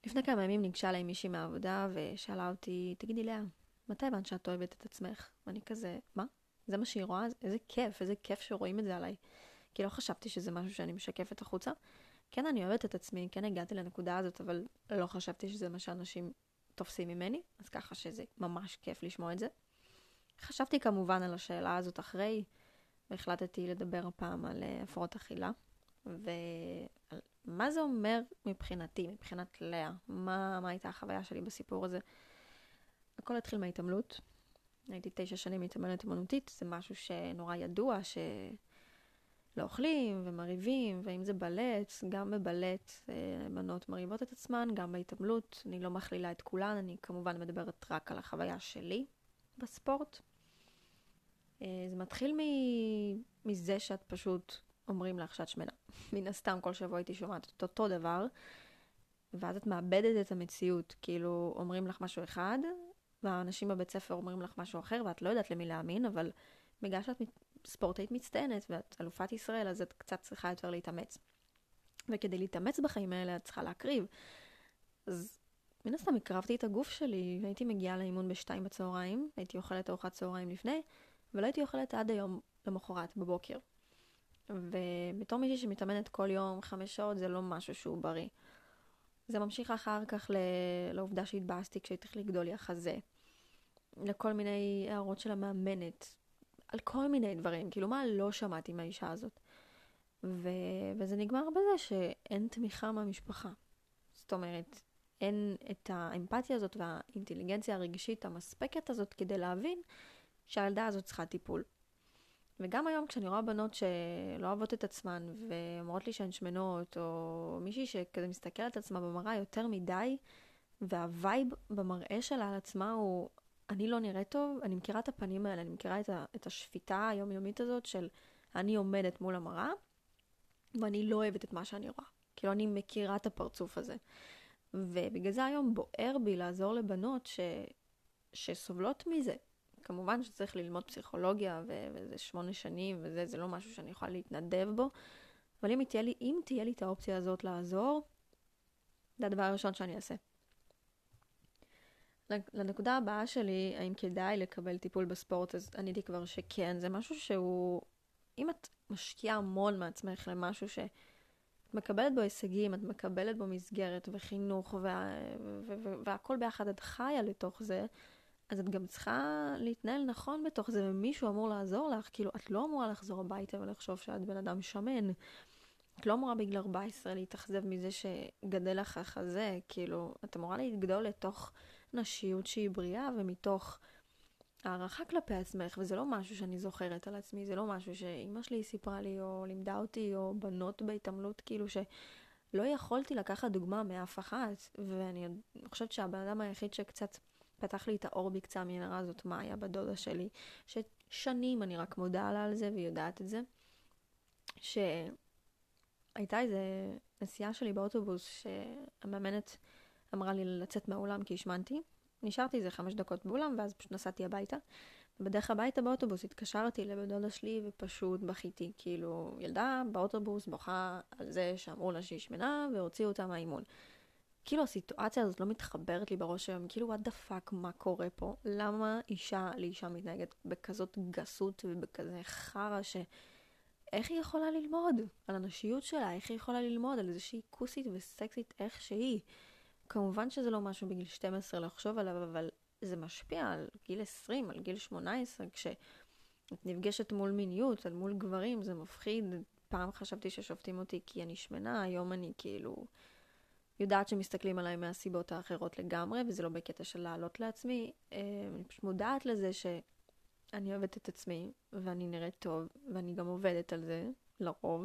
לפני כמה ימים ניגשה אליי מישהי מהעבודה ושאלה אותי, תגידי לאה, מתי הבנת שאת אוהבת את עצמך? ואני כזה, מה? זה מה שהיא רואה? איזה כיף שרואים את זה עליי. כי לא חשבתי שזה משהו שאני משקפת החוצה. כן, אני אוהבת את עצמי, כן הגעתי לנקודה הזאת, אבל לא חשבתי שזה מה שאנשים תופסים ממני, אז ככה שזה ממש כיף לשמוע את זה. חשבתי כמובן על השאלה הזאת אחרי, והחלטתי לדבר הפעם על הפרעות אכילה, ועל מה זה אומר מבחינתי, מבחינת לאה, מה הייתה החוויה שלי בסיפור הזה. הכל התחיל מההתעמלות, הייתי 9 שנים מתעמלת אמנותית, זה משהו שנורא ידוע, שלא אוכלים ומריבים, ואם זה בלט, גם בבלט בנות מריבות את עצמן, גם בהתעמלות, אני לא מכלילה את כולן, אני כמובן מדברת רק על החוויה שלי בספורט. זה מתחיל מזה שאת פשוט אומרים לך שאת שמנה. מן הסתם כל שבוע הייתי שומעת את אותו דבר, ואז את מאבדת את המציאות. כאילו אומרים לך משהו אחד, והאנשים בבית ספר אומרים לך משהו אחר, ואת לא יודעת למי להאמין, אבל בגלל שאת ספורטאית מצטיינת, ואת אלופת ישראל, אז את קצת צריכה יותר להתאמץ. וכדי להתאמץ בחיים האלה, את צריכה להקריב. אז מן הסתם הקרבתי את הגוף שלי, והייתי מגיעה לאימון ב2 בצהריים, הייתי אוכלת ארוחת צהריים לפני, ולא הייתי אוכלת עד היום למחרת בבוקר. ובתור מישהי שמתאמנת כל יום 5 שעות, זה לא משהו שהוא בריא. זה ממשיך אחר כך לעובדה שהתבאסתי כשהייתי לגדול לי החזה. לכל מיני הערות של המאמנת. על כל מיני דברים. כאילו מה לא שמעתי מהאישה הזאת. וזה נגמר בזה שאין תמיכה מהמשפחה. זאת אומרת, אין את האמפתיה הזאת והאינטליגנציה הרגשית המספקת הזאת כדי להבין שהילדה הזאת צריכה טיפול. וגם היום כשאני רואה בנות שלא אוהבות את עצמן ואומרות לי שהן שמנות, או מישהי שכזה מסתכלת על עצמה במראה יותר מדי, והווייב במראה שלה על עצמה הוא, אני לא נראית טוב, אני מכירה את הפנים האלה, אני מכירה את השפיטה היומיומית הזאת של אני עומדת מול המראה, ואני לא אוהבת את מה שאני רואה. כאילו אני מכירה את הפרצוף הזה. ובגלל זה היום בוער בי לעזור לבנות שסובלות מזה. כמובן שצריך ללמוד פסיכולוגיה, וזה 8 שנים, וזה לא משהו שאני יכולה להתנדב בו, אבל אם תהיה לי את האופציה הזאת לעזור, זה הדבר הראשון שאני אעשה. לנקודה הבאה שלי, האם כדאי לקבל טיפול בספורט, אז עניתי כבר שכן, זה משהו שהוא, אם את משקיעה המון מעצמך למשהו שאת מקבלת בו הישגים, את מקבלת בו מסגרת וחינוך, והכל ביחד את חיה לתוך זה, אז את גם צריכה להתנהל נכון בתוך זה, ומישהו אמור לעזור לך. כאילו, את לא אמורה לחזור הביתה ולחשוב שאת בן אדם שמן. את לא אמורה בגיל 14 להתאכזב מזה שגדל לך החזה. כאילו, את אמורה להתגדול לתוך נשיות שהיא בריאה, ומתוך הערכה כלפי עצמך, וזה לא משהו שאני זוכרת על עצמי, זה לא משהו שאמא שלי סיפרה לי, או לימדה אותי, או בנות בהתעמלות, כאילו שלא יכולתי לקחת דוגמה מאף אחת, ואני חושבת שהבן אדם היחיד שקצת פתח לי את האור בקצה המנהרה הזאת, מה היה בדודה שלי, ששנים אני רק מודה לה על זה ויודעת את זה, שהייתה איזה נסיעה שלי באוטובוס שהמאמנת אמרה לי לצאת מהאולם כי השמנתי. נשארתי איזה 5 דקות באולם ואז פשוט נסעתי הביתה. בדרך הביתה באוטובוס התקשרתי לבדודה שלי ופשוט בכיתי. כאילו ילדה באוטובוס בוכה על זה שאמרו לה שהיא שמנה והוציאו אותה מהאימון. כאילו הסיטואציה הזאת לא מתחברת לי בראש היום, כאילו what the fuck, מה קורה פה? למה אישה לאישה מתנהגת בכזאת גסות ובכזה חרא איך היא יכולה ללמוד על הנשיות שלה? איך היא יכולה ללמוד על איזושהי כוסית וסקסית איך שהיא? כמובן שזה לא משהו בגיל 12 לחשוב עליו, אבל זה משפיע על גיל 20, על גיל 18, כשאת נפגשת מול מיניות, על מול גברים, זה מפחיד. פעם חשבתי ששופטים אותי כי אני שמנה, היום אני כאילו יודעת שמסתכלים עליי מהסיבות האחרות לגמרי, וזה לא בקטע של לעלות לעצמי. אני פשוט מודעת לזה שאני אוהבת את עצמי, ואני נראית טוב, ואני גם עובדת על זה, לרוב.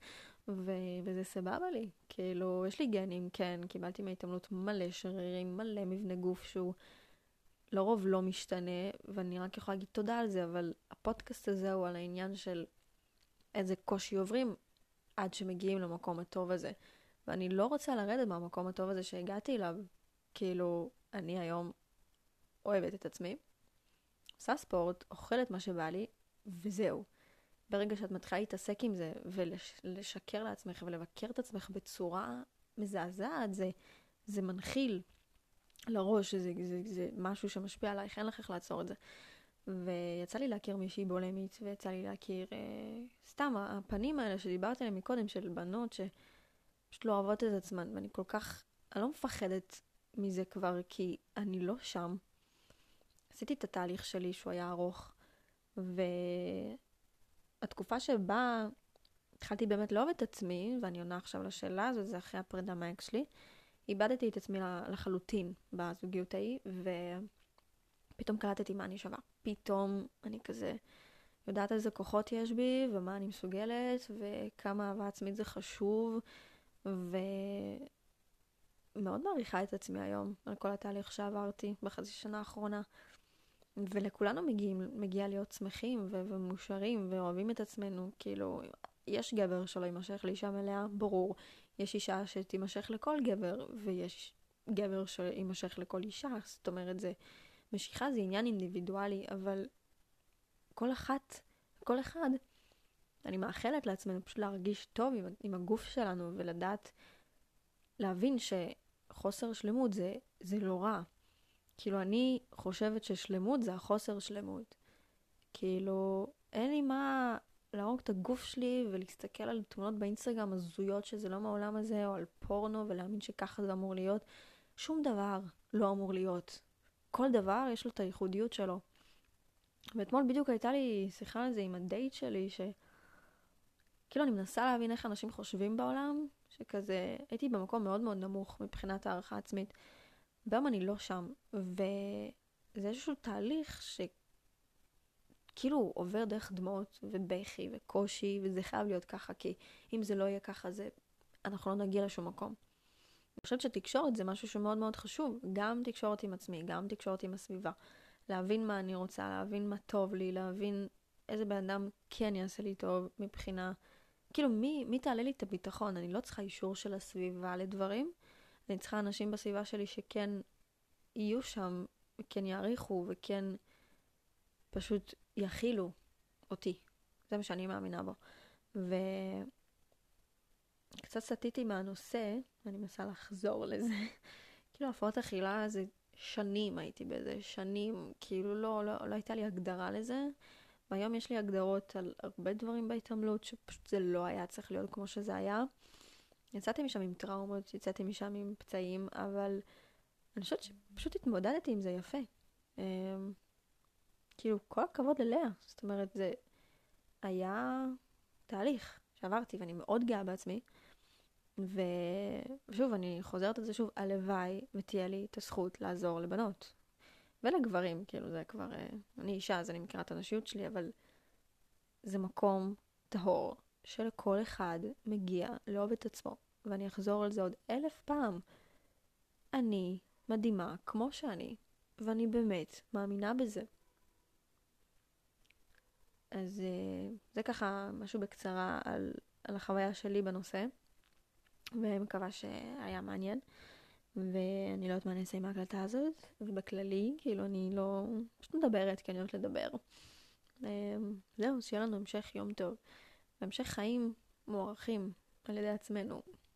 וזה סבבה לי. כאילו, יש לי גנים, כן, קיבלתי מהתעמלות מלא שרירים, מלא מבנה גוף שהוא לרוב לא משתנה, ואני רק יכולה להגיד תודה על זה, אבל הפודקאסט הזה הוא על העניין של איזה קושי עוברים עד שמגיעים למקום הטוב הזה. ואני לא רוצה לרדת מהמקום הטוב הזה שהגעתי אליו. כאילו, אני היום אוהבת את עצמי, עושה ספורט, אוכלת מה שבא לי, וזהו. ברגע שאת מתחילה להתעסק עם זה ולשקר לעצמך ולבקר את עצמך בצורה מזעזעת, זה מנחיל לראש, זה משהו שמשפיע עלייך, אין לך איך לעצור את זה. ויצא לי להכיר מישהי בולמית, ויצא לי להכיר סתם הפנים האלה שדיברתי עליהם מקודם, של בנות שפשוט לא אוהבות את עצמן, ואני כל כך, אני לא מפחדת מזה כבר, כי אני לא שם. עשיתי את התהליך שלי שהוא היה ארוך, והתקופה שבה התחלתי באמת לאהוב את עצמי, ואני עונה עכשיו לשאלה הזאת, זה אחרי הפרידה מהאקס שלי, איבדתי את עצמי לחלוטין בזוגיות ההיא, ופתאום קלטתי מה אני שווה. פתאום אני כזה יודעת איזה כוחות יש בי, ומה אני מסוגלת, וכמה אהבה עצמית זה חשוב, ומאוד מעריכה את עצמי היום, על כל התהליך שעברתי בחצי שנה האחרונה. ולכולנו מגיע להיות שמחים ומאושרים ואוהבים את עצמנו, כאילו, יש גבר שלא יימשך לאישה מלאה, ברור. יש אישה שתימשך לכל גבר, ויש גבר שיימשך לכל אישה. זאת אומרת, משיכה זה עניין אינדיבידואלי, אבל כל אחד, אני מאחלת לעצמנו פשוט להרגיש טוב עם הגוף שלנו, ולדעת, להבין שחוסר שלמות זה לא רע. כאילו, אני חושבת ששלמות זה החוסר שלמות. כאילו, אין לי מה להרוג את הגוף שלי ולהסתכל על תמונות באינסטגרם הזויות שזה לא מהעולם הזה, או על פורנו, ולהאמין שככה זה אמור להיות. שום דבר לא אמור להיות. כל דבר יש לו את הייחודיות שלו. ואתמול בדיוק הייתה לי שיחה על זה עם הדייט שלי, שכאילו אני מנסה להבין איך אנשים חושבים בעולם, שכזה, הייתי במקום מאוד מאוד נמוך מבחינת הערכה עצמית. והיום אני לא שם, וזה איזשהו תהליך שכאילו עובר דרך דמעות ובכי וקושי, וזה חייב להיות ככה, כי אם זה לא יהיה ככה, אנחנו לא נגיע לשום מקום. אני חושבת שתקשורת זה משהו שמאוד מאוד חשוב, גם תקשורת עם עצמי, גם תקשורת עם הסביבה. להבין מה אני רוצה, להבין מה טוב לי, להבין איזה בן אדם כן יעשה לי טוב מבחינה, כאילו מי תעלה לי את הביטחון? אני לא צריכה אישור של הסביבה לדברים, אני צריכה אנשים בסביבה שלי שכן יהיו שם, וכן יעריכו, וכן פשוט יכילו אותי. זה מה שאני מאמינה בו. וקצת סטיתי מהנושא, ואני מנסה לחזור לזה. כאילו, הפרעות אכילה זה שנים הייתי בזה, שנים, כאילו לא הייתה לי הגדרה לזה. והיום יש לי הגדרות על הרבה דברים בהתעמלות, שפשוט זה לא היה צריך להיות כמו שזה היה. יצאתי משם עם טראומות, יצאתי משם עם פצעים, אבל אני חושבת שפשוט התמודדתי עם זה יפה. כאילו, כל הכבוד ללאה. זאת אומרת, זה היה תהליך שעברתי, ואני מאוד גאה בעצמי. ושוב, אני חוזרת על זה שוב, הלוואי ותהיה לי את הזכות לעזור לבנות. ולגברים, כאילו, זה כבר, אני אישה, אז אני מכירה את הנשיות שלי, אבל זה מקום טהור, שלכל אחד מגיע לאהוב את עצמו. ואני אחזור על זה עוד 1000 פעם. אני מדהימה כמו שאני, ואני באמת מאמינה בזה. אז זה ככה משהו בקצרה על החוויה שלי בנושא, ומקווה שהיה מעניין. ואני לא יודעת מה אני אעשה עם ההקלטה הזאת, ובכללי, כאילו אני לא פשוט מדברת, כי אני אוהבת לדבר. זהו, שיהיה לנו המשך יום טוב, והמשך חיים מוערכים על ידי עצמנו.